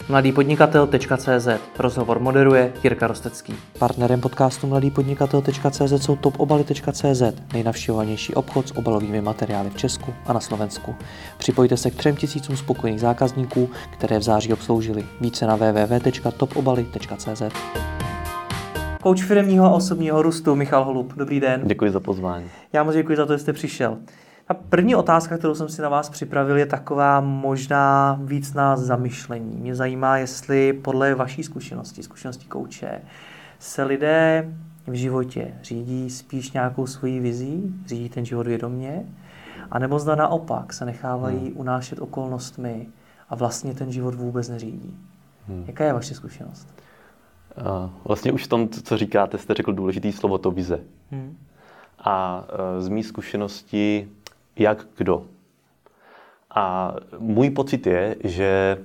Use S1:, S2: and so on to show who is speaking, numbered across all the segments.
S1: mladýpodnikatel.cz. Rozhovor moderuje Jirka Rostecký. Partnerem podcastu mladýpodnikatel.cz jsou topobaly.cz, nejnavštěvovanější obchod s obalovými materiály v Česku a na Slovensku. Připojte se k 3000 spokojených zákazníků, které v září obsloužili. Více na www.topobaly.cz. Kouč firemního a osobního růstu Michal Holub. Dobrý den.
S2: Děkuji za pozvání.
S1: Já moc děkuji za to, že jste přišel. A první otázka, kterou jsem si na vás připravil, je taková možná víc na zamyšlení. Mě zajímá, jestli podle vaší zkušenosti kouče, se lidé v životě řídí spíš nějakou svojí vizí, řídí ten život vědomě, anebo zda naopak se nechávají unášet okolnostmi a vlastně ten život vůbec neřídí. Jaká je vaše zkušenost?
S2: Vlastně už v tom, co říkáte, jste řekl důležitý slovo, to vize. A z mý zkušenosti jak kdo. A můj pocit je, že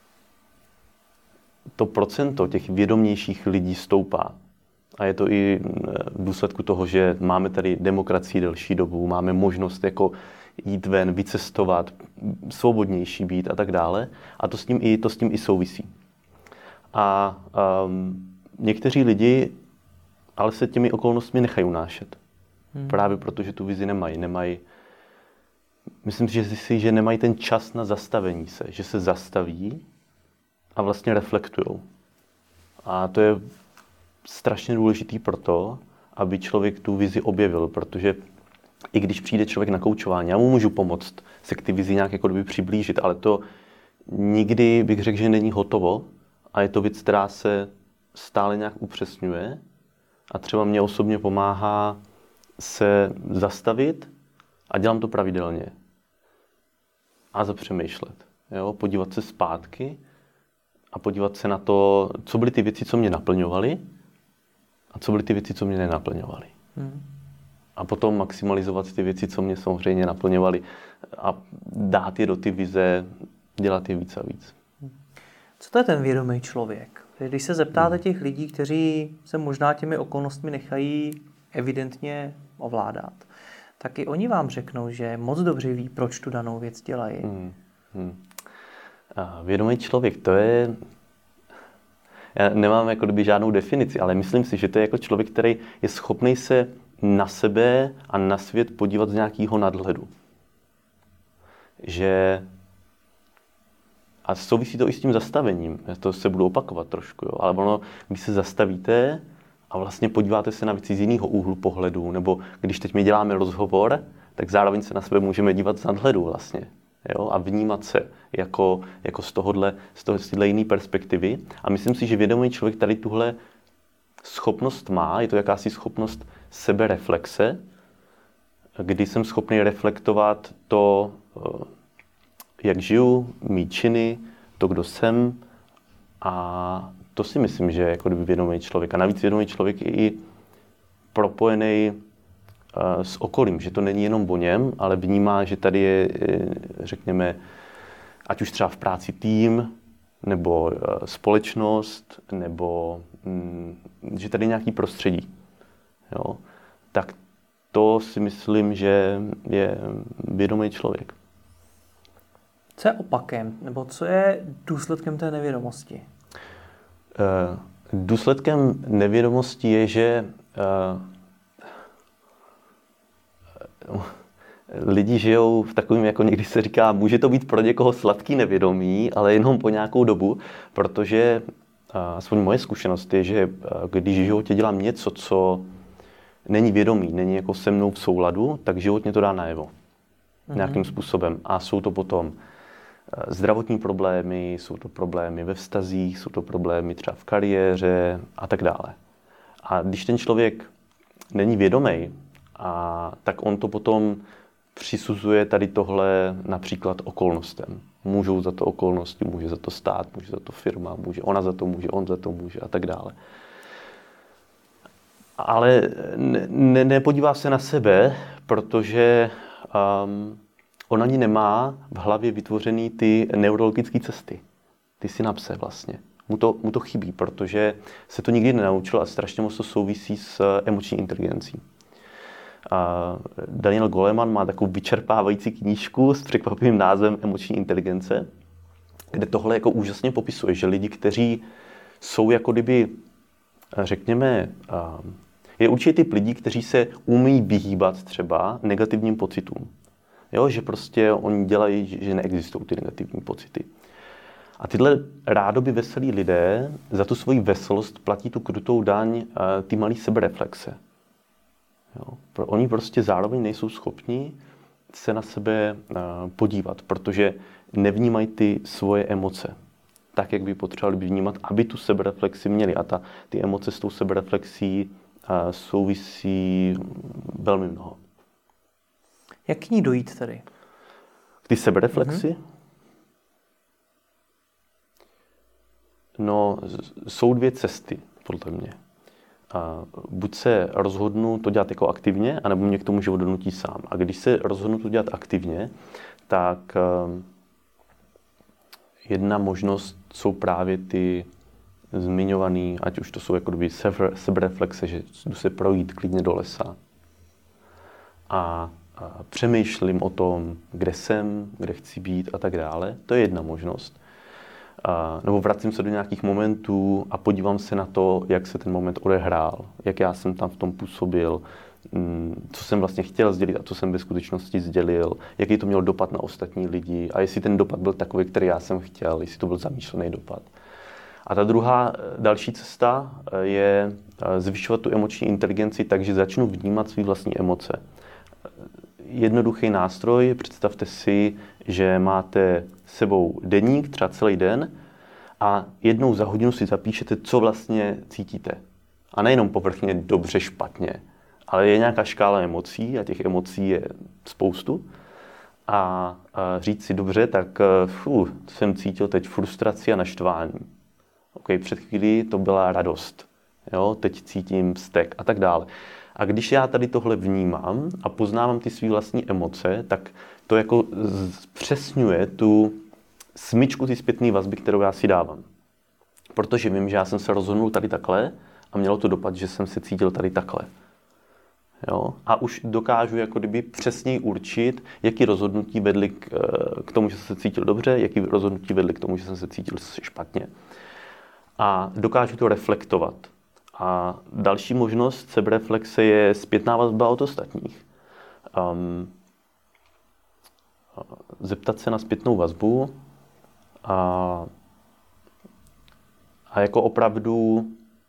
S2: to procento těch vědomějších lidí stoupá. A je to i v důsledku toho, že máme tady demokracii delší dobu, máme možnost jako jít ven, vycestovat, svobodnější být a tak dále. A to s tím i souvisí. A někteří lidi ale se těmi okolnostmi nechají unášet. Právě protože tu vizi nemají. Myslím si, že nemají ten čas na zastavení se, že se zastaví a vlastně reflektujou. A to je strašně důležitý proto, aby člověk tu vizi objevil, protože i když přijde člověk na koučování, já mu můžu pomoct se k ty vizi nějak jako kdyby přiblížit, ale to nikdy bych řekl, že není hotovo a je to věc, která se stále nějak upřesňuje a třeba mě osobně pomáhá se zastavit a dělám to pravidelně. A zapřemýšlet. Jo? Podívat se zpátky a podívat se na to, co byly ty věci, co mě naplňovaly a co byly ty věci, co mě nenaplňovaly. A potom maximalizovat ty věci, co mě samozřejmě naplňovaly a dát je do ty vize, dělat je víc a víc.
S1: Co to je ten vědomý člověk? Když se zeptáte těch lidí, kteří se možná těmi okolnostmi nechají evidentně ovládat, tak i oni vám řeknou, že moc dobře ví, proč tu danou věc dělají.
S2: Vědomý člověk, to je... Já nemám jako kdyby žádnou definici, ale myslím si, že to je jako člověk, který je schopný se na sebe a na svět podívat z nějakého nadhledu. A souvisí to i s tím zastavením. Já to se budu opakovat trošku, jo. Ale ono, když se zastavíte a vlastně podíváte se na věci z jiného úhlu pohledu, nebo když teď my děláme rozhovor, tak zároveň se na sebe můžeme dívat z nadhledu vlastně. Jo? A vnímat se jako z téhle jiné perspektivy. A myslím si, že vědomý člověk tady tuhle schopnost má, je to jakási schopnost sebereflexe, kdy jsem schopný reflektovat to, jak žiju, mý činy, to, kdo jsem. A to si myslím, že je jako vědomý člověk. A navíc vědomý člověk je i propojený s okolím, že to není jenom o něm, ale vnímá, že tady je, řekněme, ať už třeba v práci tým, nebo společnost, nebo že tady je nějaký prostředí. Jo? Tak to si myslím, že je vědomý člověk.
S1: Co je opakem, nebo co je důsledkem té nevědomosti?
S2: Důsledkem nevědomosti je, že lidi žijou v takovém, jako někdy se říká, může to být pro někoho sladký nevědomí, ale jenom po nějakou dobu, protože aspoň moje zkušenost je, že když v životě dělám něco, co není vědomí, není jako se mnou v souladu, tak život mě to dá najevo. Nějakým způsobem. A jsou to potom zdravotní problémy, jsou to problémy ve vztazích, jsou to problémy třeba v kariéře a tak dále. A když ten člověk není vědomý, tak on to potom přisuzuje tady tohle například okolnostem. Můžou za to okolnosti, může za to stát, může za to firma, může ona za to může, on za to může a tak dále. Ale nepodívá se na sebe, protože on ani nemá v hlavě vytvořený ty neurologické cesty, ty synapse vlastně. Mu to chybí, protože se to nikdy nenaučil a strašně moc to souvisí s emoční inteligencí. Daniel Goleman má takovou vyčerpávající knížku s překvapivým názvem Emoční inteligence. kde tohle jako úžasně popisuje, že lidi, kteří jsou jako kdyby, řekněme, je určitý typ lidí, kteří se umí vyhýbat třeba negativním pocitům. Jo, že prostě oni dělají, že neexistují ty negativní pocity. A tyhle rádoby veselí lidé za tu svoji veselost platí tu krutou daň ty malý sebereflexe. Jo. Oni prostě zároveň nejsou schopni se na sebe podívat, protože nevnímají ty svoje emoce tak, jak by potřebovali vnímat, aby tu sebereflexi měli. A ty emoce s tou sebereflexí souvisí velmi mnoho.
S1: Jak k ní dojít tedy?
S2: K ty sebereflexi? No, jsou dvě cesty, podle mě. Buď se rozhodnu to dělat jako aktivně, anebo mě k tomu život donutí sám. A když se rozhodnu to dělat aktivně, tak jedna možnost jsou právě ty zmiňované, ať už to jsou jako kdyby sebereflexe, že jdu se projít klidně do lesa a přemýšlím o tom, kde jsem, kde chci být a tak dále. To je jedna možnost. Nebo vracím se do nějakých momentů a podívám se na to, jak se ten moment odehrál, jak já jsem tam v tom působil, co jsem vlastně chtěl sdělit a co jsem ve skutečnosti sdělil, jaký to mělo dopad na ostatní lidi a jestli ten dopad byl takový, který já jsem chtěl, jestli to byl zamýšlený dopad. A ta druhá, další cesta je zvyšovat tu emoční inteligenci tak, že začnu vnímat své vlastní emoce. Jednoduchý nástroj, představte si, že máte sebou deník, třeba celý den, a jednou za hodinu si zapíšete, co vlastně cítíte. A nejenom povrchně dobře, špatně, ale je nějaká škála emocí a těch emocí je spoustu. A říct si dobře, tak jsem cítil teď frustraci a naštvání. Okay, před chvílí to byla radost, jo, teď cítím vztek a tak dále. A když já tady tohle vnímám a poznávám ty svý vlastní emoce, tak to jako zpřesňuje tu smyčku ty zpětné vazby, kterou já si dávám. Protože vím, že já jsem se rozhodnul tady takhle a mělo to dopad, že jsem se cítil tady takhle. Jo? A už dokážu jako kdyby přesněji určit, jaký rozhodnutí vedly k tomu, že jsem se cítil dobře, jaký rozhodnutí vedly k tomu, že jsem se cítil špatně. A dokážu to reflektovat. A další možnost sebereflexe je zpětná vazba od ostatních. Zeptat se na zpětnou vazbu a jako opravdu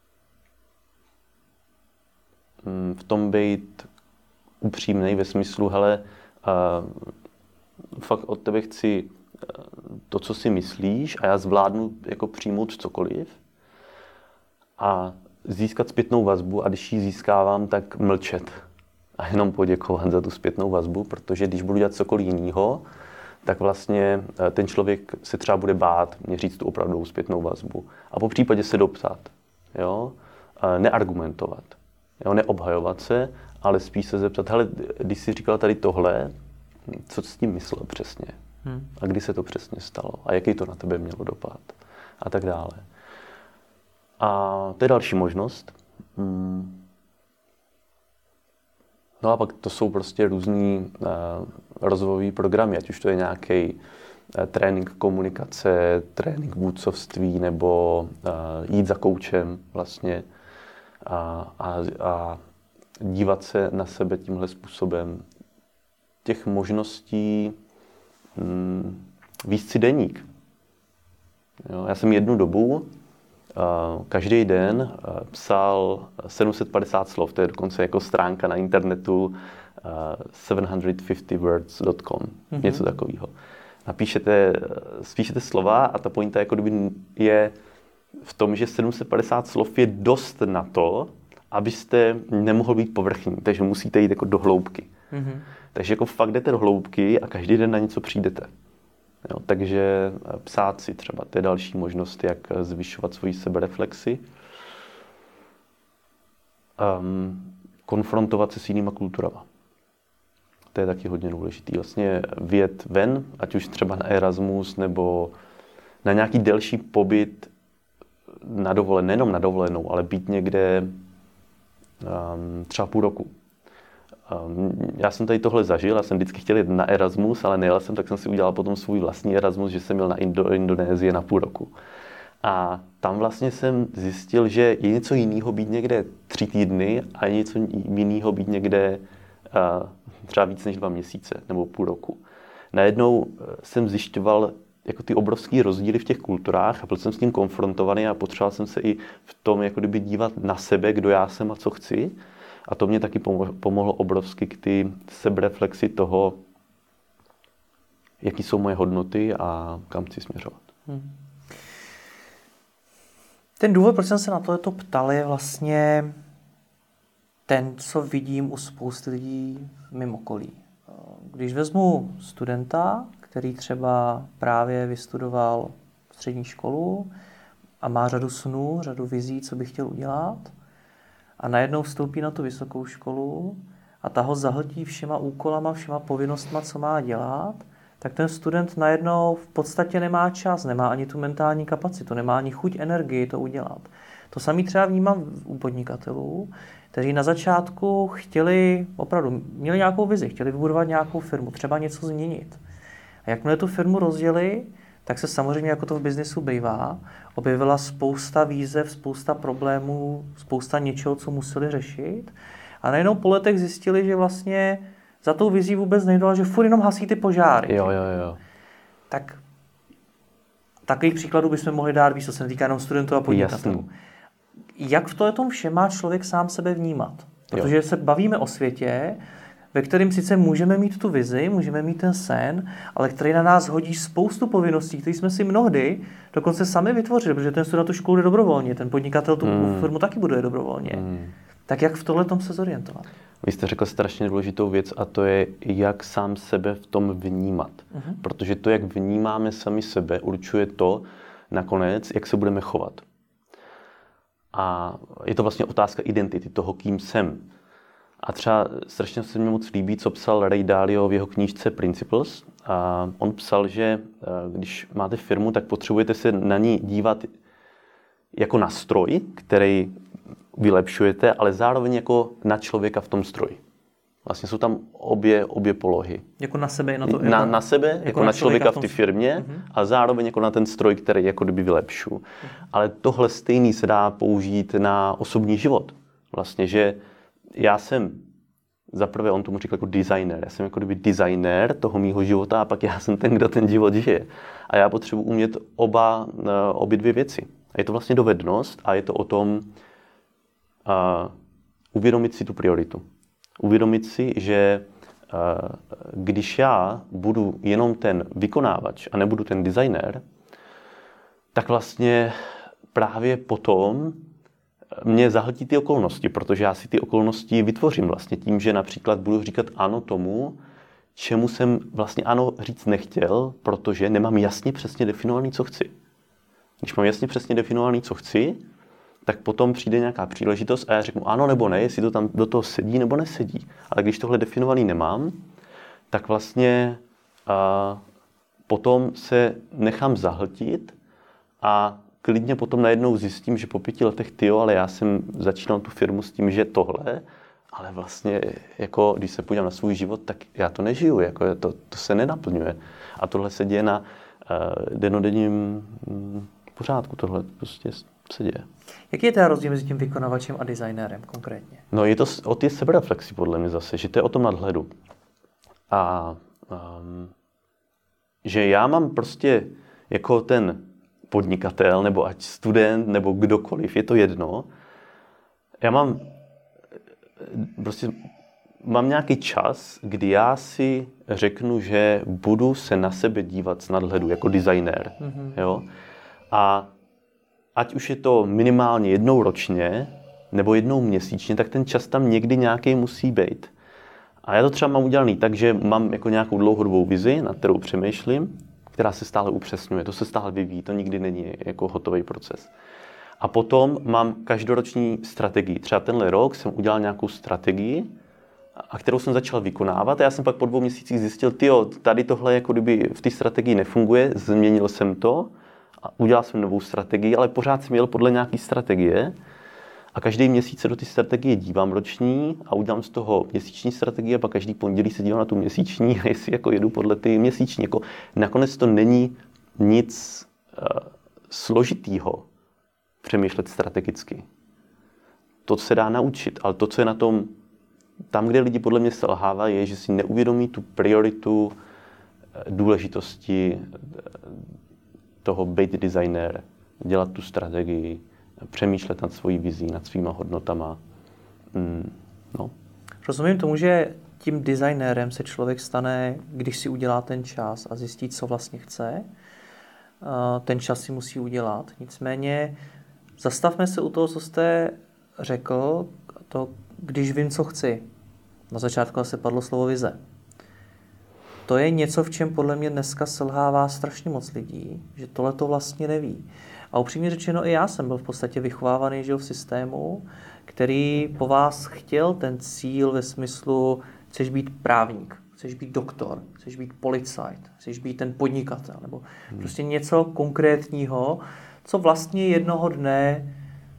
S2: v tom být upřímnej ve smyslu, hele, fakt od tebe chci to, co si myslíš a já zvládnu jako přijmout cokoliv a získat zpětnou vazbu a když ji získávám, tak mlčet a jenom poděkovat za tu zpětnou vazbu, protože když budu dělat cokoliv jiného, tak vlastně ten člověk se třeba bude bát mě říct tu opravdovou zpětnou vazbu a po případě se doptat, jo? Neargumentovat, jo? Neobhajovat se, ale spíš se zeptat, hele, když jsi říkal tady tohle, co jsi s tím myslel přesně? A kdy se to přesně stalo? A jaký to na tebe mělo dopad? A tak dále. A to je další možnost. No a pak to jsou prostě různý rozvojové programy, ať už to je nějaký trénink komunikace, trénink vůdcovství nebo jít za koučem vlastně a dívat se na sebe tímhle způsobem. Těch možností víc si deník. Jo, já jsem jednu dobu každý den psal 750 slov, to je dokonce jako stránka na internetu 750words.com, něco takového. Spíšete slova a ta pointa jako kdyby je v tom, že 750 slov je dost na to, abyste nemohl být povrchní, takže musíte jít jako do hloubky. Takže jako fakt jdete do hloubky a každý den na něco přijdete. Jo, takže psát si třeba, to je další možnost, jak zvyšovat svoji sebereflexi. Konfrontovat se s jinýma kulturama. To je taky hodně důležitý. Vlastně vyjet ven, ať už třeba na Erasmus, nebo na nějaký delší pobyt na dovolenou, nejenom na dovolenou, ale být někde třeba půl roku. já jsem tady tohle zažil, já jsem vždycky chtěl jít na Erasmus, ale nejel jsem, tak jsem si udělal potom svůj vlastní Erasmus, že jsem měl do Indonésie na půl roku. A tam vlastně jsem zjistil, že je něco jiného být někde 3 týdny a je něco jiného být někde třeba víc než 2 měsíce nebo půl roku. Najednou jsem zjišťoval jako ty obrovský rozdíly v těch kulturách a byl jsem s tím konfrontovaný a potřeboval jsem se i v tom jako kdyby dívat na sebe, kdo já jsem a co chci. A to mě taky pomohlo obrovsky k ty sebereflexi toho, jaký jsou moje hodnoty a kam chci směřovat.
S1: Ten důvod, proč jsem se na to ptal, je vlastně ten, co vidím u spousty lidí v mém okolí. Když vezmu studenta, který třeba právě vystudoval střední školu a má řadu snů, řadu vizí, co by chtěl udělat, a najednou vstoupí na tu vysokou školu a ta ho zahltí všema úkolama, všema povinnostma, co má dělat, tak ten student najednou v podstatě nemá čas, nemá ani tu mentální kapacitu, nemá ani chuť, energii to udělat. To samé třeba vnímám u podnikatelů, kteří na začátku měli nějakou vizi, chtěli vybudovat nějakou firmu, třeba něco změnit. A jakmile tu firmu rozdělili, tak se samozřejmě, jako to v biznesu bývá, objevila spousta výzev, spousta problémů, spousta něčeho, co museli řešit. A najednou po letech zjistili, že vlastně za tou vizí vůbec nejde, že furt jenom hasí ty požáry.
S2: Jo.
S1: Tak takových příkladů bychom mohli dát víc, co se netýká jenom studentů a podnikatelů. Jak v tom všem má člověk sám sebe vnímat? Protože se bavíme o světě, ve kterém sice můžeme mít tu vizi, můžeme mít ten sen, ale který na nás hodí spoustu povinností, které jsme si mnohdy dokonce sami vytvořili, protože ten student tu školu jde dobrovolně, ten podnikatel tu firmu taky buduje dobrovolně. Tak jak v tomhletom se zorientovat?
S2: Vy jste řekl strašně důležitou věc a to je, jak sám sebe v tom vnímat. Protože to, jak vnímáme sami sebe, určuje to nakonec, jak se budeme chovat. A je to vlastně otázka identity, toho, kým jsem. A třeba strašně se mi moc líbí, co psal Ray Dalio v jeho knížce Principles. A on psal, že když máte firmu, tak potřebujete se na ní dívat jako na stroj, který vylepšujete, ale zároveň jako na člověka v tom stroji. Vlastně jsou tam obě polohy.
S1: Jako na sebe?
S2: Na sebe, jako na člověka v té firmě a zároveň jako na ten stroj, který jako kdyby vylepšu. Ale tohle stejný se dá použít na osobní život. Vlastně, že já jsem, zaprvé on tomu říkal jako designer, já jsem jako kdyby designer toho mýho života a pak já jsem ten, kdo ten život žije. A já potřebuji umět obě dvě věci. A je to vlastně dovednost a je to o tom uvědomit si tu prioritu. Uvědomit si, že když já budu jenom ten vykonávač a nebudu ten designer, tak vlastně právě potom mě zahltí ty okolnosti, protože já si ty okolnosti vytvořím vlastně tím, že například budu říkat ano tomu, čemu jsem vlastně ano říct nechtěl, protože nemám jasně přesně definovaný, co chci. Když mám jasně přesně definovaný, co chci, tak potom přijde nějaká příležitost a já řeknu ano nebo ne, jestli to tam do toho sedí nebo nesedí. Ale když tohle definovaný nemám, tak vlastně potom se nechám zahltit a klidně potom najednou zjistím, že po 5 letech ale já jsem začínal tu firmu s tím, že tohle, ale vlastně jako když se podívám na svůj život, tak já to nežiju, jako to se nenaplňuje. A tohle se děje na dennodenním pořádku, tohle prostě se děje.
S1: Jaký je ten rozdíl mezi tím vykonavačem a designérem konkrétně?
S2: No je to o té sebereflexi podle mě zase, že to je o tom nadhledu. A že já mám prostě jako ten podnikatel, nebo ať student, nebo kdokoliv, je to jedno. Já mám nějaký čas, kdy já si řeknu, že budu se na sebe dívat z nadhledu jako designér. Jo? A ať už je to minimálně jednou ročně, nebo jednou měsíčně, tak ten čas tam někdy nějaký musí být. A já to třeba mám udělaný tak, že mám jako nějakou dlouhodobou vizi, nad kterou přemýšlím, která se stále upřesňuje, to se stále vyvíjí, to nikdy není jako hotový proces. A potom mám každoroční strategii. Třeba tenhle rok jsem udělal nějakou strategii, a kterou jsem začal vykonávat. A já jsem pak po 2 měsících zjistil, tady tohle jako kdyby v té strategii nefunguje, změnil jsem to a udělal jsem novou strategii, ale pořád jsem jel podle nějaké strategie. A každý měsíc se do ty strategie dívám roční a udělám z toho měsíční strategie a pak každý pondělí se dívám na tu měsíční a jestli jako jedu podle ty měsíční. Jako, nakonec to není nic složitýho přemýšlet strategicky. To se dá naučit, ale to, co je na tom, tam, kde lidi podle mě selhávají, je, že si neuvědomí tu prioritu důležitosti toho být designér, dělat tu strategii, přemýšlet nad svojí vizí, nad svýma hodnotama. No.
S1: Rozumím tomu, že tím designérem se člověk stane, když si udělá ten čas a zjistí, co vlastně chce. Ten čas si musí udělat. Nicméně zastavme se u toho, co jste řekl, to, když vím, co chci. Na začátku se padlo slovo vize. To je něco, v čem podle mě dneska selhává strašně moc lidí, že tohle to vlastně neví. A upřímně řečeno, i já jsem byl v podstatě vychovávaný v systému, který po vás chtěl ten cíl ve smyslu, chceš být právník, chceš být doktor, chceš být policajt, chceš být ten podnikatel, nebo prostě něco konkrétního, co vlastně jednoho dne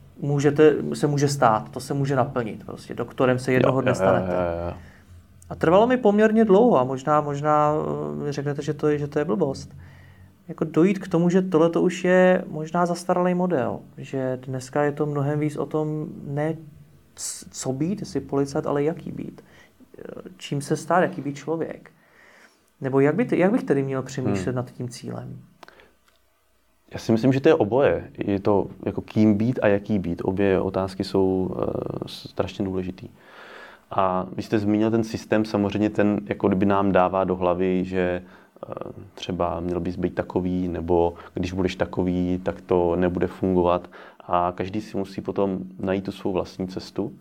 S1: se může stát, to se může naplnit. Prostě doktorem se jednoho dne stanete. A trvalo mi poměrně dlouho a možná mi řeknete, že to je blbost. Jako dojít k tomu, že tohle to už je možná zastaralý model, že dneska je to mnohem víc o tom, ne co být, jestli policajt, ale jaký být. Čím se stát, jaký být člověk. Nebo jak bych tedy měl přemýšlet nad tím cílem?
S2: Já si myslím, že to je oboje. Je to jako kým být a jaký být. Obě otázky jsou strašně důležitý. A vy jste zmínil ten systém, samozřejmě ten jako kdyby nám dává do hlavy, že třeba měl bys být takový, nebo když budeš takový, tak to nebude fungovat. A každý si musí potom najít tu svou vlastní cestu.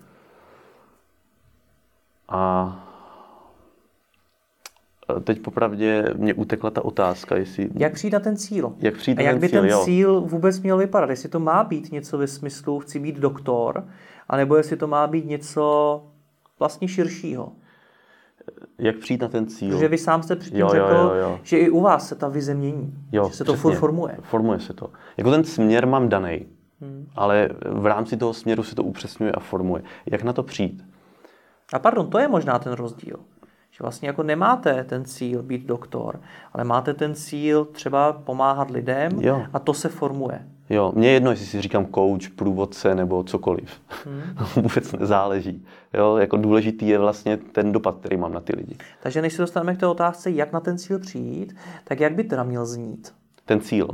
S2: A teď popravdě mě utekla ta otázka, jestli...
S1: Jak přijít na ten cíl?
S2: A
S1: jak by ten cíl vůbec měl vypadat? Jestli to má být něco ve smyslu chci být doktor, anebo jestli to má být něco vlastně širšího?
S2: Jak přijít na ten cíl?
S1: Protože vy sám jste předtím řekl, že i u vás se ta vize mění. Že se to furt formuje.
S2: Formuje se to. Jako ten směr mám danej, ale v rámci toho směru se to upřesňuje a formuje. Jak na to přijít?
S1: A pardon, to je možná ten rozdíl. Že vlastně jako nemáte ten cíl být doktor, ale máte ten cíl třeba pomáhat lidem a to se formuje.
S2: Jo, mně je jedno, jestli si říkám coach, průvodce nebo cokoliv. Vůbec nezáleží. Jo, jako důležitý je vlastně ten dopad, který mám na ty lidi.
S1: Takže než se dostaneme k té otázce, jak na ten cíl přijít, tak jak by teda měl znít?
S2: Ten cíl.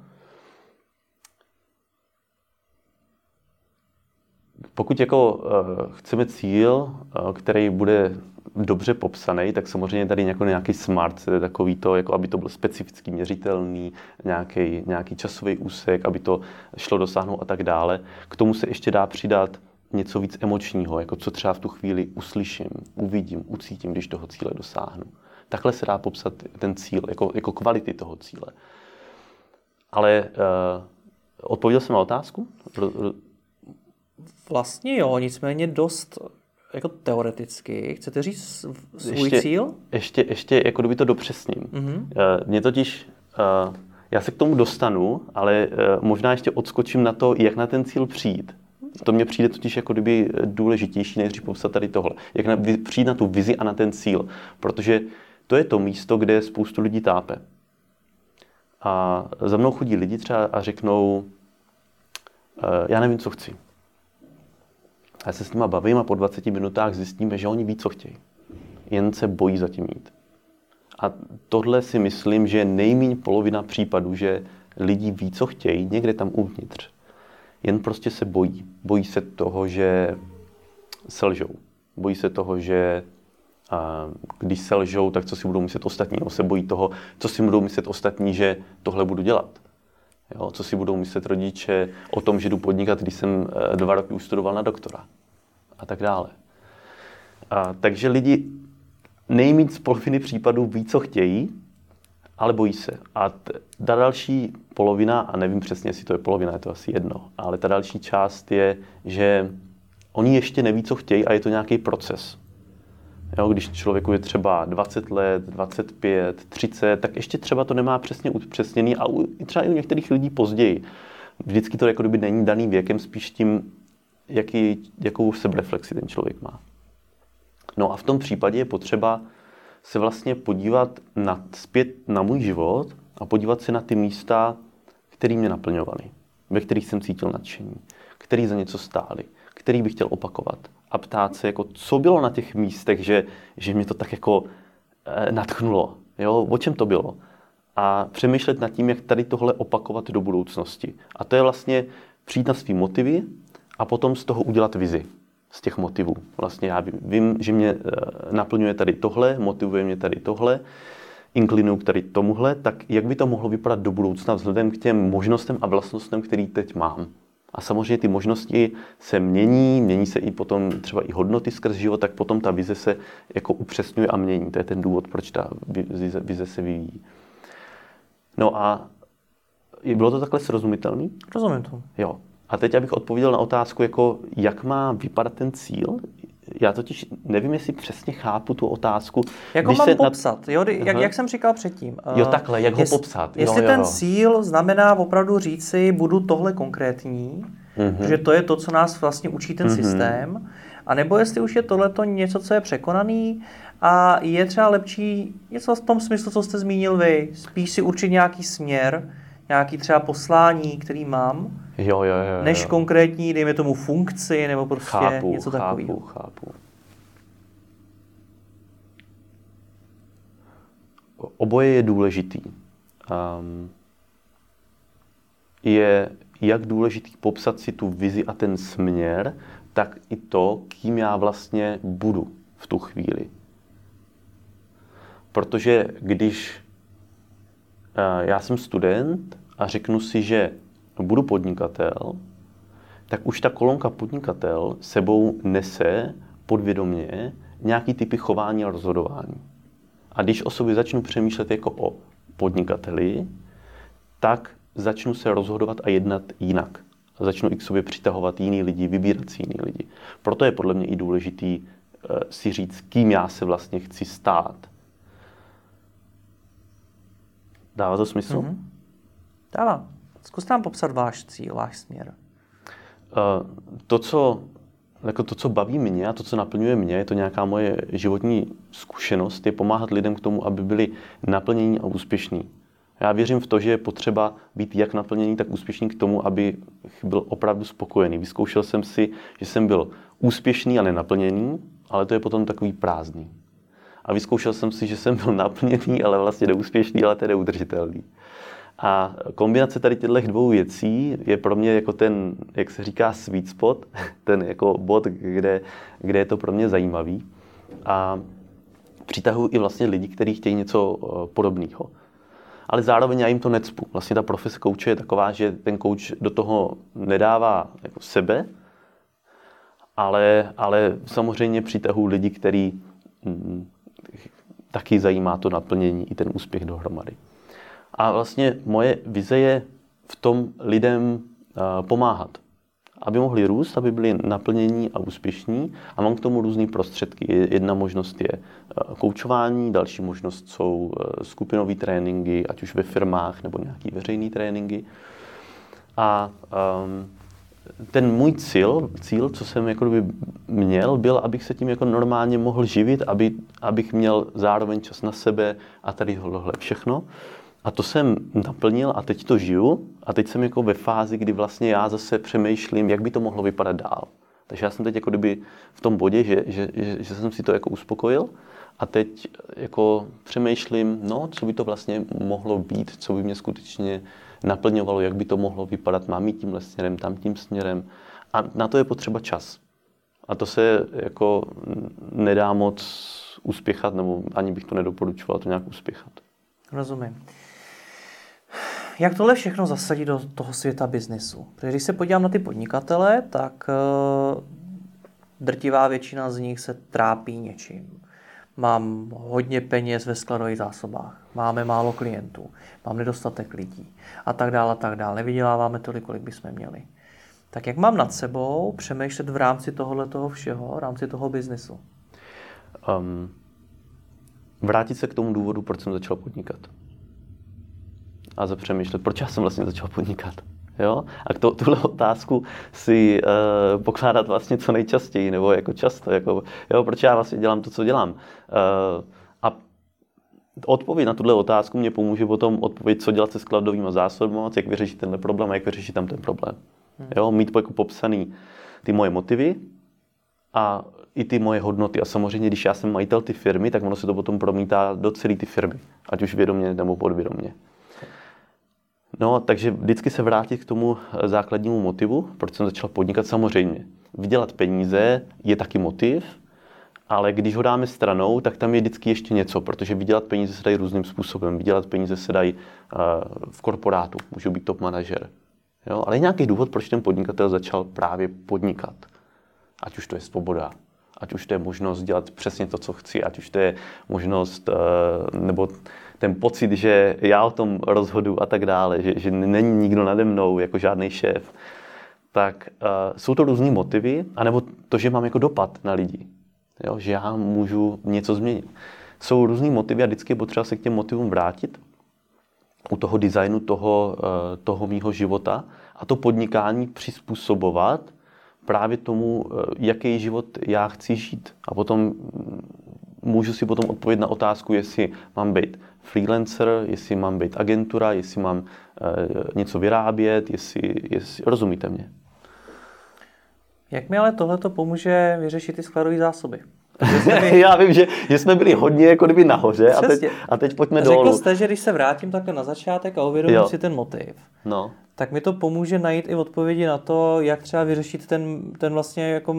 S2: Pokud jako chceme cíl, který bude dobře popsaný, tak samozřejmě tady nějaký smart, takový to, jako aby to byl specificky měřitelný, nějaký časový úsek, aby to šlo dosáhnout a tak dále. K tomu se ještě dá přidat něco víc emočního, jako co třeba v tu chvíli uslyším, uvidím, ucítím, když toho cíle dosáhnu. Takhle se dá popsat ten cíl, jako kvality toho cíle. Ale odpověděl jsem na otázku?
S1: Vlastně jo, nicméně dost jako teoreticky. Chcete říct svůj cíl?
S2: Ještě jako kdyby to dopřesním. Mě totiž, já se k tomu dostanu, ale možná ještě odskočím na to, jak na ten cíl přijít. To mně přijde totiž jako kdyby důležitější nejdřív popsat tady tohle. Jak přijít na tu vizi a na ten cíl. Protože to je to místo, kde spoustu lidí tápe. A za mnou chodí lidi třeba a řeknou, já nevím, co chci. Já se s nima bavím a po 20 minutách zjistíme, že oni ví, co chtějí. Jen se bojí zatím jít. A tohle si myslím, že je nejméně polovina případů, že lidi ví, co chtějí, někde tam uvnitř. Jen prostě se bojí. Bojí se toho, že selžou. Bojí se toho, že když selžou, tak co si budou myslet ostatní. No, se bojí toho, co si budou myslet ostatní, že tohle budu dělat. Jo, co si budou myslet rodiče o tom, že jdu podnikat, když jsem 2 roky ustudoval na doktora. A tak dále. Takže lidi nejméně z poloviny případů ví, co chtějí, ale bojí se. A ta další polovina, a nevím přesně, jestli to je polovina, je to asi jedno, ale ta další část je, že oni ještě neví, co chtějí a je to nějaký proces. Jo, když člověku je třeba 20 let, 25, 30, tak ještě třeba to nemá přesně upřesněný a třeba i u některých lidí později. Vždycky to jako kdyby není daný věkem, spíš tím, jakou sebereflexi ten člověk má. No a v tom případě je potřeba se vlastně podívat zpět na můj život a podívat se na ty místa, které mě naplňovaly, ve kterých jsem cítil nadšení, který za něco stály, který bych chtěl opakovat. A ptát se, jako, co bylo na těch místech, že mě to tak jako nadchnulo. Jo? O čem to bylo? A přemýšlet nad tím, jak tady tohle opakovat do budoucnosti. A to je vlastně přijít na svý motivy a potom z toho udělat vizi. Z těch motivů. Vlastně já vím, že mě naplňuje tady tohle, motivuje mě tady tohle, inklinuju k tady tomuhle, tak jak by to mohlo vypadat do budoucna vzhledem k těm možnostem a vlastnostem, který teď mám. A samozřejmě ty možnosti se mění se i potom třeba i hodnoty skrz život, tak potom ta vize se jako upřesňuje a mění. To je ten důvod, proč ta vize se vyvíjí. No a bylo to takhle srozumitelný?
S1: Rozumím to.
S2: Jo. A teď abych odpověděl na otázku, jako, jak má vypadat ten cíl. Já totiž nevím, jestli přesně chápu tu otázku.
S1: Jak ho mám popsat? Jo, jak jsem říkal předtím.
S2: Jo, takhle, jak ho popsat.
S1: Jestli ten cíl znamená opravdu říci, budu tohle konkrétní, že to je to, co nás vlastně učí ten systém, anebo jestli už je tohleto něco, co je překonaný a je třeba lepší něco v tom smyslu, co jste zmínil vy. Spíš si určit nějaký směr, nějaký třeba poslání, který mám, než konkrétní, dejme tomu, funkci, nebo prostě něco takového.
S2: Chápu. Oboje je důležitý. Je jak důležitý popsat si tu vizi a ten směr, tak i to, kým já vlastně budu v tu chvíli. Protože když já jsem student a řeknu si, že budu podnikatel, tak už ta kolonka podnikatel sebou nese podvědomě nějaký typy chování a rozhodování. A když o sobě začnu přemýšlet jako o podnikateli, tak začnu se rozhodovat a jednat jinak. Začnu i k sobě přitahovat jiný lidi, vybírat si jiný lidi. Proto je podle mě i důležitý si říct, kým já se vlastně chci stát. Dává to smysl?
S1: Dává. Zkuste nám popsat váš cíl, váš směr.
S2: To, co baví mě a to, co naplňuje mě, je to nějaká moje životní zkušenost, je pomáhat lidem k tomu, aby byli naplnění a úspěšní. Já věřím v to, že je potřeba být jak naplněný, tak úspěšný k tomu, aby byl opravdu spokojený. Vyzkoušel jsem si, že jsem byl úspěšný a nenaplněný, ale to je potom takový prázdný. A vyzkoušel jsem si, že jsem byl naplněný, ale vlastně neúspěšný, ale to je neudržitelný. A kombinace tady těchto dvou věcí je pro mě jako ten, jak se říká, sweet spot, ten jako bod, kde je to pro mě zajímavý. A přitahuji i vlastně lidi, kteří chtějí něco podobného. Ale zároveň já jim to necpu. Vlastně ta profese kouče je taková, že ten kouč do toho nedává jako sebe, ale samozřejmě přitahuji lidi, který taky zajímá to naplnění i ten úspěch dohromady. A vlastně moje vize je v tom lidem pomáhat, aby mohli růst, aby byli naplnění a úspěšní. A mám k tomu různé prostředky. Jedna možnost je koučování, další možnost jsou skupinové tréninky, ať už ve firmách nebo nějaké veřejné tréninky. A ten můj cíl, co jsem jakoby měl, byl, abych se tím jako normálně mohl živit, abych měl zároveň čas na sebe a tady tohle všechno. A to jsem naplnil a teď to žiju a teď jsem jako ve fázi, kdy vlastně já zase přemýšlím, jak by to mohlo vypadat dál. Takže já jsem teď jako kdyby v tom bodě, že jsem si to jako uspokojil a teď jako přemýšlím, co by to vlastně mohlo být, co by mě skutečně naplňovalo, jak by to mohlo vypadat, mám jít tímhle směrem, tam tím směrem. A na to je potřeba čas. A to se jako nedá moc uspěchat, nebo ani bych to nedoporučoval to nějak uspěchat.
S1: Rozumím. Jak tohle všechno zasadit do toho světa biznesu? Protože když se podívám na ty podnikatele, tak drtivá většina z nich se trápí něčím. Mám hodně peněz ve skladových zásobách, máme málo klientů, mám nedostatek lidí a tak dále, a tak dále. Nevyděláváme tolik, kolik bychom měli. Tak jak mám nad sebou přemýšlet v rámci tohoto všeho, v rámci toho biznesu?
S2: Vrátit se k tomu důvodu, proč jsem začal podnikat. A zapřemýšlet, proč já jsem vlastně začal podnikat. Jo? A tuhle otázku si pokládat vlastně co nejčastěji, nebo jako často, jako, jo, proč já vlastně dělám to, co dělám. A odpověď na tuhle otázku mě pomůže potom odpovědět, co dělat se skladovými zásobami, jak vyřešit tenhle problém a jak vyřešit tam ten problém. Jo? Mít jako popsaný ty moje motivy a i ty moje hodnoty. A samozřejmě, když já jsem majitel ty firmy, tak ono se to potom promítá do celé ty firmy. Ať už vědomě nebo podvědomě. No, takže vždycky se vrátit k tomu základnímu motivu, proč jsem začal podnikat samozřejmě. Vydělat peníze je taky motiv, ale když ho dáme stranou, tak tam je vždycky ještě něco, protože vydělat peníze se dají různým způsobem. Vydělat peníze se dají v korporátu, můžu být top manažer. Jo? Ale je nějaký důvod, proč ten podnikatel začal právě podnikat. Ať už to je svoboda, ať už to je možnost dělat přesně to, co chci, ať už to je možnost, nebo ten pocit, že já o tom rozhodu a tak dále, že není nikdo nade mnou jako žádný šéf, tak jsou to různý motivy, anebo to, že mám jako dopad na lidi, jo? Že já můžu něco změnit. Jsou různý motivy a vždycky je potřeba se k těm motivům vrátit u toho designu toho mýho života a to podnikání přizpůsobovat právě tomu, jaký život já chci žít. A potom můžu si potom odpovědět na otázku, jestli mám být freelancer, jestli mám být agentura, jestli mám něco vyrábět, jestli rozumíte mě.
S1: Jak mi ale tohleto pomůže vyřešit ty skladové zásoby?
S2: Já vím, že jsme byli hodně jako kdyby nahoře a teď pojďme dolů.
S1: Řekl jste, že když se vrátím takhle na začátek a uvědomím si ten motiv, tak mi to pomůže najít i odpovědi na to, jak třeba vyřešit ten vlastně jako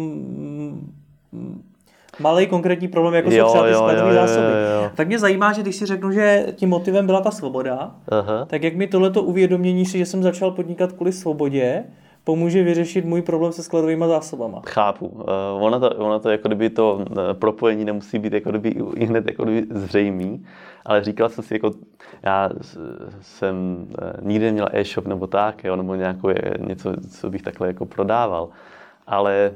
S1: malý konkrétní problém, jako jsou třeba ty skladové zásoby. Tak mě zajímá, že když si řeknu, že tím motivem byla ta svoboda, tak jak mi tohleto uvědomění si, že jsem začal podnikat kvůli svobodě, pomůže vyřešit můj problém se skladovými zásobama.
S2: Chápu. Ono to jako kdyby to propojení nemusí být jako kdyby i hned jako kdyby zřejmý, ale říkal jsem si, jako já jsem nikdy neměl e-shop nebo tak, jo, nebo něco, co bych takhle jako prodával, ale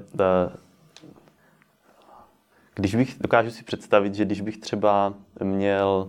S2: dokážu si představit, že když bych třeba měl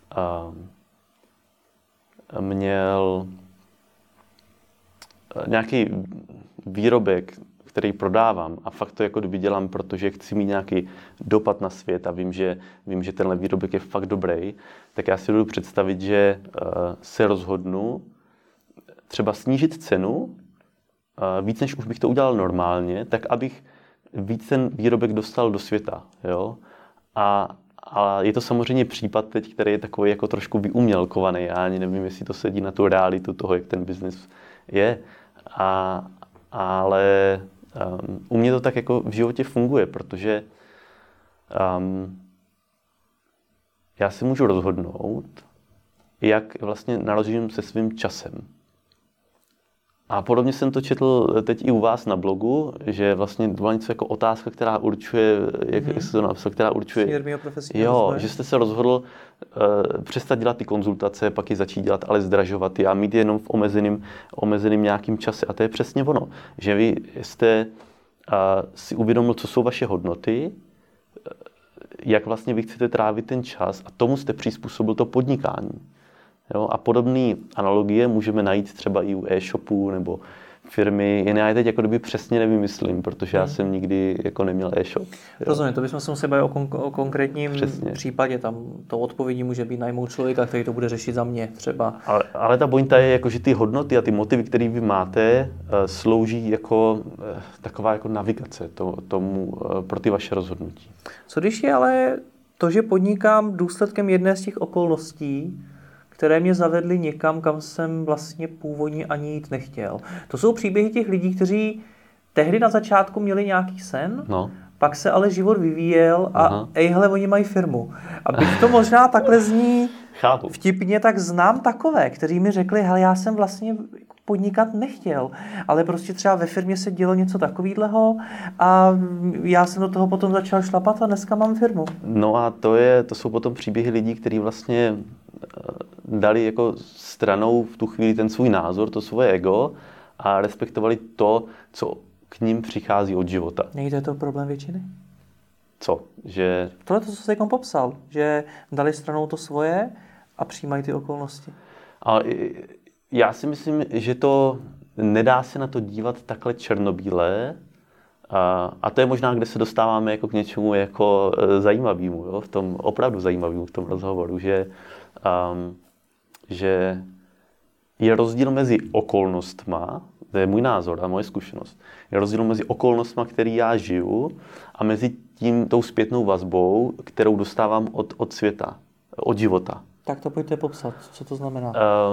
S2: nějaký výrobek, který prodávám a fakt to jako kdyby dělám, protože chci mít nějaký dopad na svět a vím, že tenhle výrobek je fakt dobrý, tak já si dovedu představit, že se rozhodnu třeba snížit cenu víc, než už bych to udělal normálně, tak abych víc ten výrobek dostal do světa. Jo? A je to samozřejmě případ teď, který je takový jako trošku vyumělkovaný. Já ani nevím, jestli to sedí na tu realitu toho, jak ten biznis je. Ale u mě to tak jako v životě funguje, protože já si můžu rozhodnout, jak vlastně naložím se svým časem. A podobně jsem to četl teď i u vás na blogu, že vlastně byla něco jako otázka, která určuje, jak se to napsal, která určuje, že jste se rozhodl přestat dělat ty konzultace, pak je začít dělat, ale zdražovat je a mít je jenom v omezeným nějakým čase. A to je přesně ono, že vy jste si uvědomil, co jsou vaše hodnoty, jak vlastně vy chcete trávit ten čas a tomu jste přizpůsobil to podnikání. Jo? A podobné analogie můžeme najít třeba i u e-shopů nebo firmy. Jen já je teď jako kdyby přesně nevymyslím, protože já jsem nikdy jako neměl e-shop.
S1: Rozumím, to bychom se museli bavit o konkrétním případě. Tam to odpovědí může být najmout člověka, který to bude řešit za mě třeba.
S2: Ale ta pointa je, jako, že ty hodnoty a ty motivy, které vy máte, slouží jako taková jako navigace tomu pro ty vaše rozhodnutí.
S1: Co když je ale to, že podnikám důsledkem jedné z těch okolností, které mě zavedly někam, kam jsem vlastně původně ani jít nechtěl. To jsou příběhy těch lidí, kteří tehdy na začátku měli nějaký sen, pak se ale život vyvíjel a ejhle, oni mají firmu. A byť to možná takhle zní vtipně, tak znám takové, kteří mi řekli, hele, já jsem vlastně podnikat nechtěl, ale prostě třeba ve firmě se dělo něco takového a já jsem do toho potom začal šlapat a dneska mám firmu.
S2: No a to jsou potom příběhy lidí, kteří vlastně dali jako stranou v tu chvíli ten svůj názor, to svoje ego a respektovali to, co k ním přichází od života.
S1: Nejde to problém většiny?
S2: Co? Že...
S1: Tohle to, co jsi jako popsal, že dali stranou to svoje a přijímají ty okolnosti.
S2: Ale já si myslím, že to nedá se na to dívat takhle černobíle. A to je možná, kde se dostáváme jako k něčemu jako zajímavému, jo? V tom opravdu zajímavému v tom rozhovoru, že je rozdíl mezi okolnostma, to je můj názor a moje zkušenost, je rozdíl mezi okolnostma, který já žiju, a mezi tou zpětnou vazbou, kterou dostávám od světa, od života.
S1: Tak to pojďte popsat, co to znamená.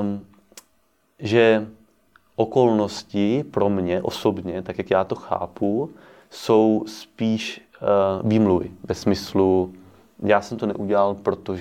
S2: Že okolnosti pro mě osobně, tak jak já to chápu, jsou spíš výmluvy. Ve smyslu, já jsem to neudělal,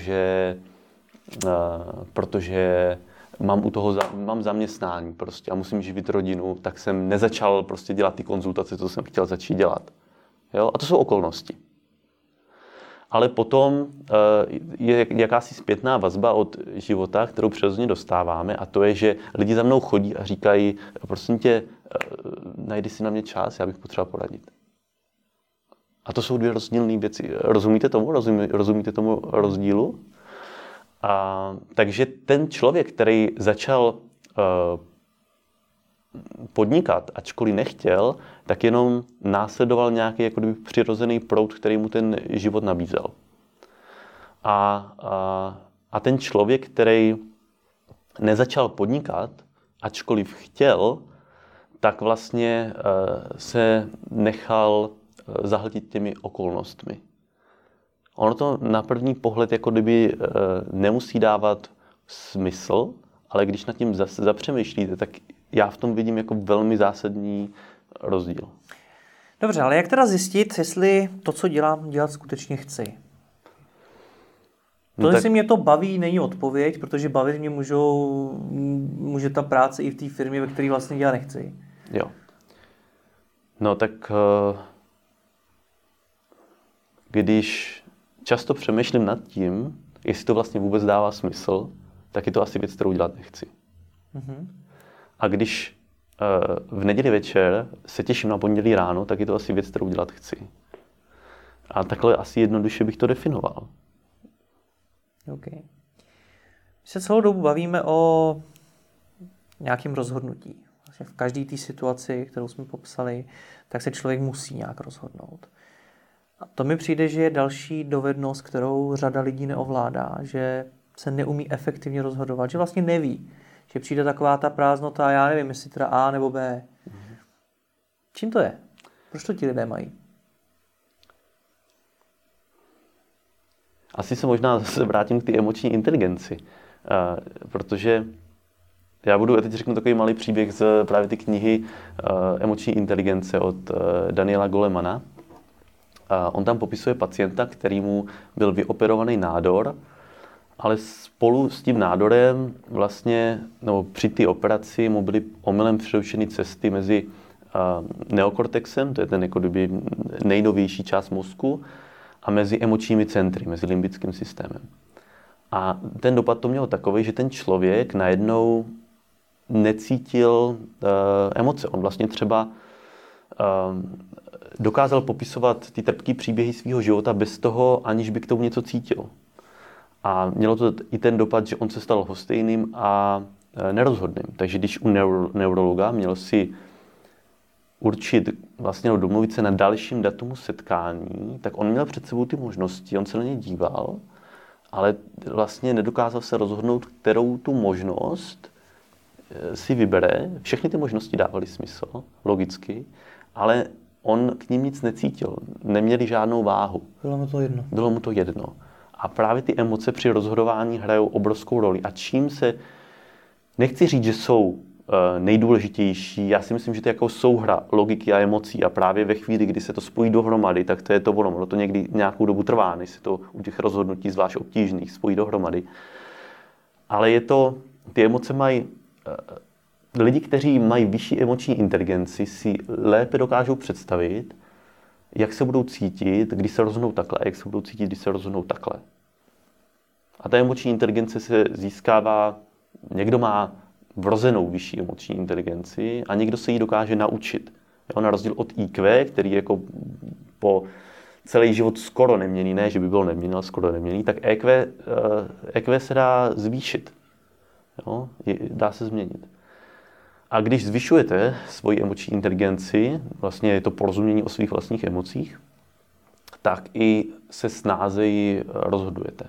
S2: protože mám zaměstnání prostě a musím živit rodinu, tak jsem nezačal prostě dělat ty konzultace, co jsem chtěl začít dělat. Jo? A to jsou okolnosti. Ale potom je jakási zpětná vazba od života, kterou přirozeně dostáváme, a to je, že lidi za mnou chodí a říkají, prosím tě, najdi si na mě čas, já bych potřeboval poradit. A to jsou dvě rozdílné věci. Rozumíte tomu? Rozumíte tomu rozdílu? Takže ten člověk, který začal podnikat, ačkoliv nechtěl, tak jenom následoval nějaký jako kdyby přirozený proud, který mu ten život nabízel. A ten člověk, který nezačal podnikat, ačkoliv chtěl, tak vlastně se nechal zahltit těmi okolnostmi. Ono to na první pohled jako kdyby nemusí dávat smysl, ale když nad tím zapřemýšlíte, tak já v tom vidím jako velmi zásadní rozdíl.
S1: Dobře, ale jak teda zjistit, jestli to, co dělám, dělat skutečně chci? To, jestli mě to baví, není odpověď, protože bavit mě může ta práce i v té firmě, ve které vlastně dělat nechci.
S2: Jo. No tak když často přemýšlím nad tím, jestli to vlastně vůbec dává smysl, tak je to asi věc, kterou dělat nechci. Mm-hmm. A když v neděli večer se těším na pondělí ráno, tak je to asi věc, kterou dělat chci. A takhle asi jednoduše bych to definoval.
S1: OK. My se celou dobu bavíme o nějakém rozhodnutí. Vlastně v každé té situaci, kterou jsme popsali, tak se člověk musí nějak rozhodnout. A to mi přijde, že je další dovednost, kterou řada lidí neovládá, že se neumí efektivně rozhodovat, že vlastně neví, že přijde taková ta prázdnota, já nevím, jestli teda A nebo B. Mm-hmm. Čím to je? Proč to ti lidé mají?
S2: Asi se možná zase vrátím k té emoční inteligenci, protože já teď řeknu takový malý příběh z právě ty knihy Emoční inteligence od Daniela Golemana. On tam popisuje pacienta, kterýmu byl vyoperovaný nádor, ale spolu s tím nádorem vlastně, při té operaci mu byly omylem přerušeny cesty mezi neokortexem, to je ten jako kdyby nejnovější část mozku, a mezi emočními centry, mezi limbickým systémem. A ten dopad to měl takový, že ten člověk najednou necítil emoce. On vlastně třeba dokázal popisovat ty trpký příběhy svého života bez toho, aniž by k tomu něco cítil. A mělo to i ten dopad, že on se stal lhostejným a nerozhodným. Takže když u neurologa měl si určit, vlastně domluvit se na dalším datumu setkání, tak on měl před sebou ty možnosti, on se na ně díval, ale vlastně nedokázal se rozhodnout, kterou tu možnost si vybere. Všechny ty možnosti dávaly smysl, logicky, ale on k ním nic necítil, neměli žádnou váhu. Bylo mu to jedno. A právě ty emoce při rozhodování hrajou obrovskou roli. A čím se, nechci říct, že jsou nejdůležitější, já si myslím, že to je jako souhra logiky a emocí a právě ve chvíli, kdy se to spojí dohromady, tak to je to ono. To někdy nějakou dobu trvá, než se to u těch rozhodnutí zvlášť obtížných spojí dohromady. Ale je to, ty emoce mají, lidi, kteří mají vyšší emoční inteligenci, si lépe dokážou představit, jak se budou cítit, když se rozhodnou takhle, a jak se budou cítit, když se rozhodnou takhle. A ta emoční inteligence se získává, někdo má vrozenou vyšší emoční inteligenci a někdo se ji dokáže naučit. Jo, na rozdíl od IQ, který je jako po celý život skoro neměnný, ne, že by byl neměnný, ale skoro neměnný, tak EQ se dá zvýšit. Jo, dá se změnit. A když zvyšujete svoji emoční inteligenci, vlastně je to porozumění o svých vlastních emocích, tak i se snázeji rozhodujete.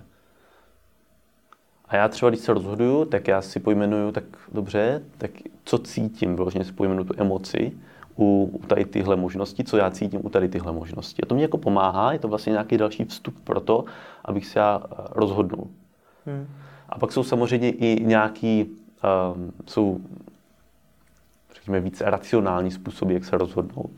S2: A já třeba, když se rozhoduju, tak já si pojmenuju tak dobře, tak co cítím, vlastně si pojmenuju tu emoci u tady tyhle možnosti, co já cítím u tady tyhle možnosti. A to mě jako pomáhá, je to vlastně nějaký další vstup pro to, abych se já rozhodnul. A pak jsou samozřejmě i nějaký, jsou řekněme víc racionální způsoby, jak se rozhodnout.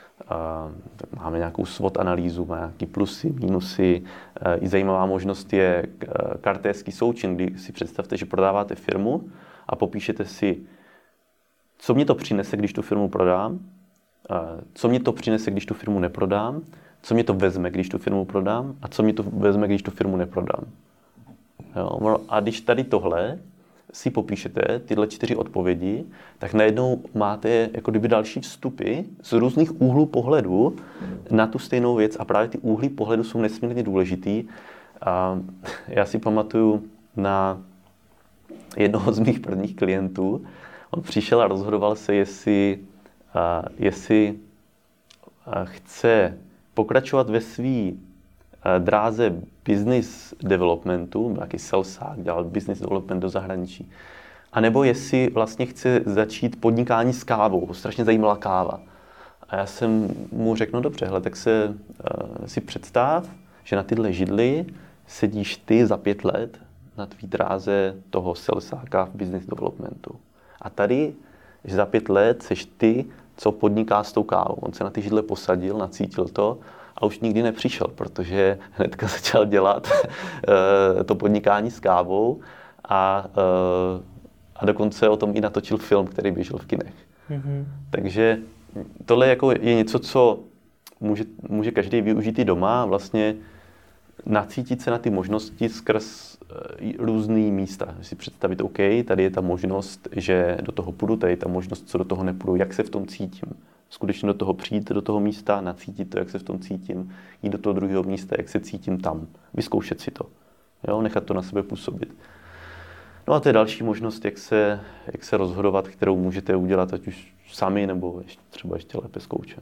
S2: Máme nějakou SWOT analýzu, má nějaký plusy, minusy. I zajímavá možnost je kartéský součin, kdy si představte, že prodáváte firmu a popíšete si, co mě to přinese, když tu firmu prodám, co mě to přinese, když tu firmu neprodám, co mě to vezme, když tu firmu prodám a co mě to vezme, když tu firmu neprodám. Jo? A když tady tohle si popíšete, tyhle 4 odpovědi, tak najednou máte jako kdyby další vstupy z různých úhlů pohledu na tu stejnou věc a právě ty úhly pohledu jsou nesmírně důležitý. A já si pamatuju na jednoho z mých prvních klientů. On přišel a rozhodoval se, jestli chce pokračovat ve své dráze business developmentu, nějaký salesák, dělal business development do zahraničí. A nebo jestli vlastně chce začít podnikání s kávou, ho strašně zajímala káva. A já jsem mu řekl, no dobře, hele, tak si představ, že na tyhle židli sedíš ty za 5 let na tvý dráze toho salesáka v business developmentu. A tady, že za 5 let seš ty, co podniká s tou kávou. On se na ty židle posadil, nacítil to a už nikdy nepřišel, protože hnedka začal dělat to podnikání s kávou a dokonce o tom i natočil film, který běžel v kinech. Mm-hmm. Takže tohle je něco, co může každý využít i doma, vlastně nacítit se na ty možnosti skrz různý místa. Si představit, OK, tady je ta možnost, že do toho půjdu, tady je ta možnost, co do toho nepůjdu, jak se v tom cítím. Skutečně do toho přijít, do toho místa, nacítit to, jak se v tom cítím, jít do toho druhého místa, jak se cítím tam. Vyzkoušet si to. Jo? Nechat to na sebe působit. No a to je další možnost, jak se rozhodovat, kterou můžete udělat, ať už sami, nebo třeba ještě lépe s koučem.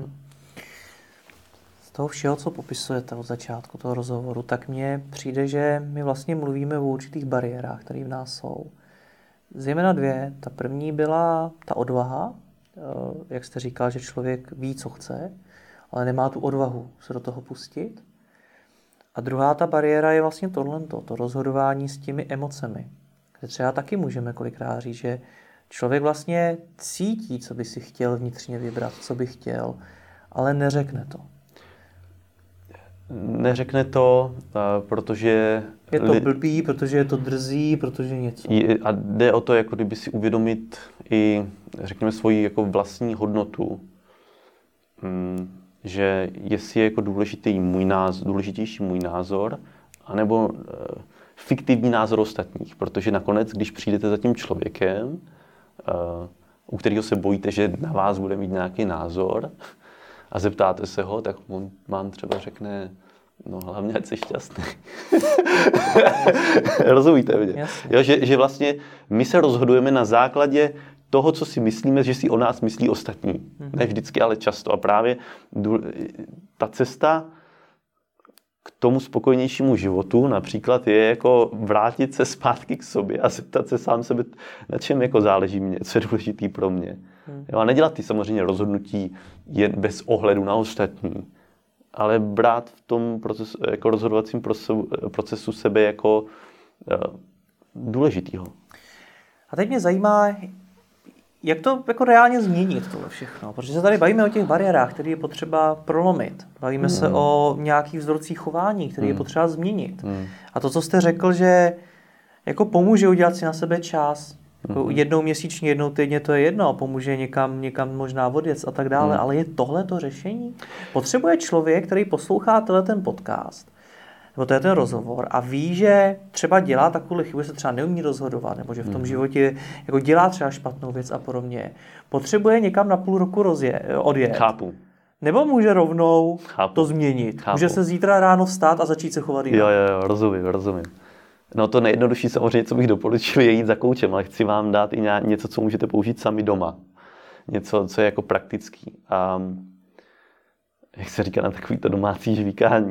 S1: Z toho všeho, co popisujete od začátku toho rozhovoru, tak mně přijde, že my vlastně mluvíme o určitých bariérách, které v nás jsou. Zejména 2. Ta první byla ta odvaha, jak jste říkal, že člověk ví, co chce, ale nemá tu odvahu se do toho pustit. A druhá ta bariéra je vlastně to rozhodování s těmi emocemi. Kde třeba taky můžeme kolikrát říct, že člověk vlastně cítí, co by si chtěl vnitřně vybrat, co by chtěl, ale neřekne to.
S2: Neřekne to, protože...
S1: Je to blbý, protože je to drzí, protože něco.
S2: A jde o to, jako kdyby si uvědomit i, řekněme, svoji jako vlastní hodnotu. Že jestli je jako důležitější můj názor, anebo fiktivní názor ostatních. Protože nakonec, když přijdete za tím člověkem, u kterého se bojíte, že na vás bude mít nějaký názor, a zeptáte se ho, tak on vám třeba řekne, no hlavně ať jsi šťastný. Rozumíte mě? Jo, že vlastně my se rozhodujeme na základě toho, co si myslíme, že si o nás myslí ostatní. Mm-hmm. Ne vždycky, ale často. A právě ta cesta k tomu spokojnějšímu životu například je jako vrátit se zpátky k sobě a zeptat se sám sebe, na čem jako záleží mě, co je důležitý pro mě. Jo, a nedělat ty samozřejmě rozhodnutí jen bez ohledu na ostatní, ale brát v tom jako rozhodovacím procesu sebe jako důležitýho.
S1: A teď mě zajímá, jak to jako reálně změnit tohle všechno, protože se tady bavíme o těch bariérách, které je potřeba prolomit. Bavíme se o nějakých vzorcích chování, které je potřeba změnit. A to, co jste řekl, že jako pomůže udělat si na sebe čas, jako jednou měsíčně, jednou týdně, to je jedno, pomůže někam možná odjet a tak dále, ale je tohle to řešení? Potřebuje člověk, který poslouchá ten podcast, nebo to je ten rozhovor a ví, že třeba dělá takovou chybu, že se třeba neumí rozhodovat, nebo že v tom životě jako dělá třeba špatnou věc a podobně. Potřebuje někam na půl roku odjet.
S2: Chápu.
S1: Nebo může rovnou to změnit.
S2: Chápu.
S1: Může se zítra ráno vstát a začít se chovat jinak.
S2: Jo, rozumím. No to nejjednodušší samozřejmě, co bych doporučil, je jít za koučem, ale chci vám dát i něco, co můžete použít sami doma. Něco, co je jako praktický. A jak se říká na takovýto domácí žvíkání.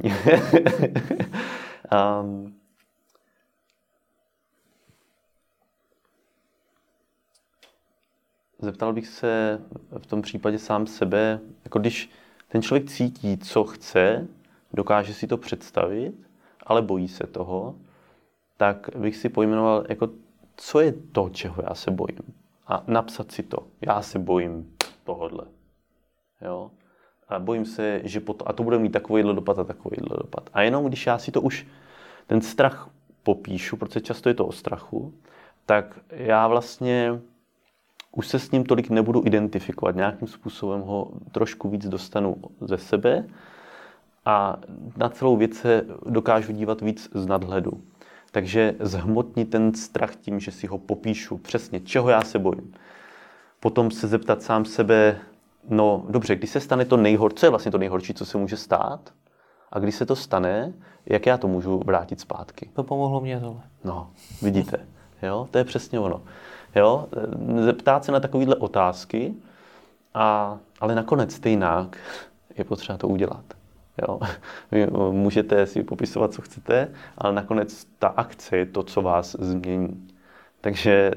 S2: Zeptal bych se v tom případě sám sebe, jako když ten člověk cítí, co chce, dokáže si to představit, ale bojí se toho, tak bych si pojmenoval, jako, co je to, čeho já se bojím. A napsat si to. Já se bojím tohodle. Jo? A bojím se, že a to bude mít takovýhle dopad a takovýhle dopad. A jenom když já si to už, ten strach popíšu, protože často je to o strachu, tak já vlastně už se s ním tolik nebudu identifikovat. Nějakým způsobem ho trošku víc dostanu ze sebe a na celou věc se dokážu dívat víc z nadhledu. Takže zhmotnit ten strach tím, že si ho popíšu přesně, čeho já se bojím. Potom se zeptat sám sebe, no dobře, když se stane to nejhorší, co je vlastně to nejhorší, co se může stát? A když se to stane, jak já to můžu vrátit zpátky?
S1: To pomohlo mě tohle.
S2: No, vidíte, jo, to je přesně ono. Jo, zeptat se na takovéhle otázky, ale nakonec stejnak je potřeba to udělat. Jo. Vy můžete si popisovat, co chcete, ale nakonec ta akce je to, co vás změní. Takže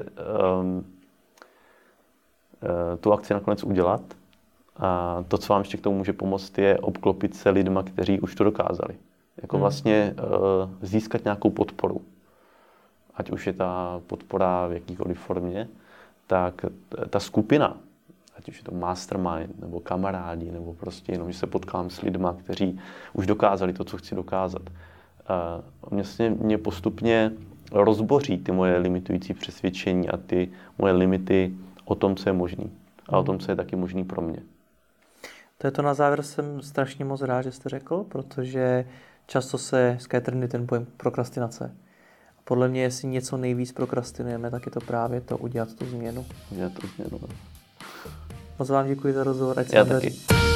S2: tu akci nakonec udělat a to, co vám ještě k tomu může pomoct, je obklopit se lidma, kteří už to dokázali. Jako vlastně získat nějakou podporu. Ať už je ta podpora v jakýkoliv formě, tak ta skupina, ať už je to mastermind, nebo kamarádi, nebo prostě jenom, že se potkám s lidma, kteří už dokázali to, co chci dokázat. Mě postupně rozboří ty moje limitující přesvědčení a ty moje limity o tom, co je možný. A o tom, co je taky možný pro mě.
S1: To je to na závěr, jsem strašně moc rád, že jste řekl, protože často se skytrní ten pojem prokrastinace. Podle mě, jestli něco nejvíc prokrastinujeme, tak je to právě to udělat tu změnu.
S2: Udělat tu změnu.
S1: Moc vám děkuji za rozhovor.
S2: Já taky.